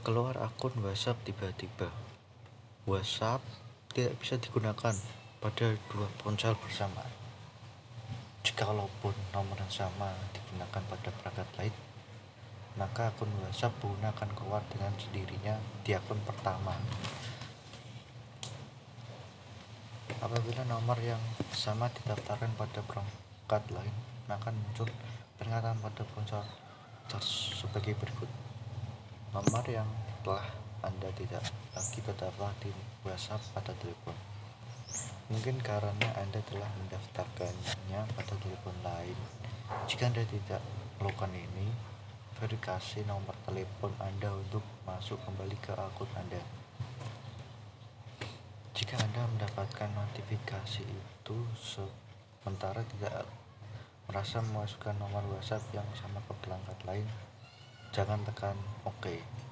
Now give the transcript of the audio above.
Keluar akun WhatsApp tiba-tiba. WhatsApp tidak bisa digunakan pada dua ponsel bersamaan. Jikalaupun nomor yang sama digunakan pada perangkat lain, maka akun WhatsApp pengguna akan keluar dengan sendirinya di akun pertama. Apabila nomor yang sama didaftarkan pada perangkat lain, maka muncul peringatan pada ponsel sebagai berikut. Nomor yang telah Anda tidak lagi terdaftar di WhatsApp pada telepon. Mungkin karena Anda telah mendaftarkannya pada telepon lain. Jika Anda tidak melakukan ini, verifikasi nomor telepon Anda untuk masuk kembali ke akun Anda. Jika Anda mendapatkan notifikasi itu sementara tidak merasa memasukkan nomor WhatsApp yang sama ke perangkat lain, jangan tekan OK.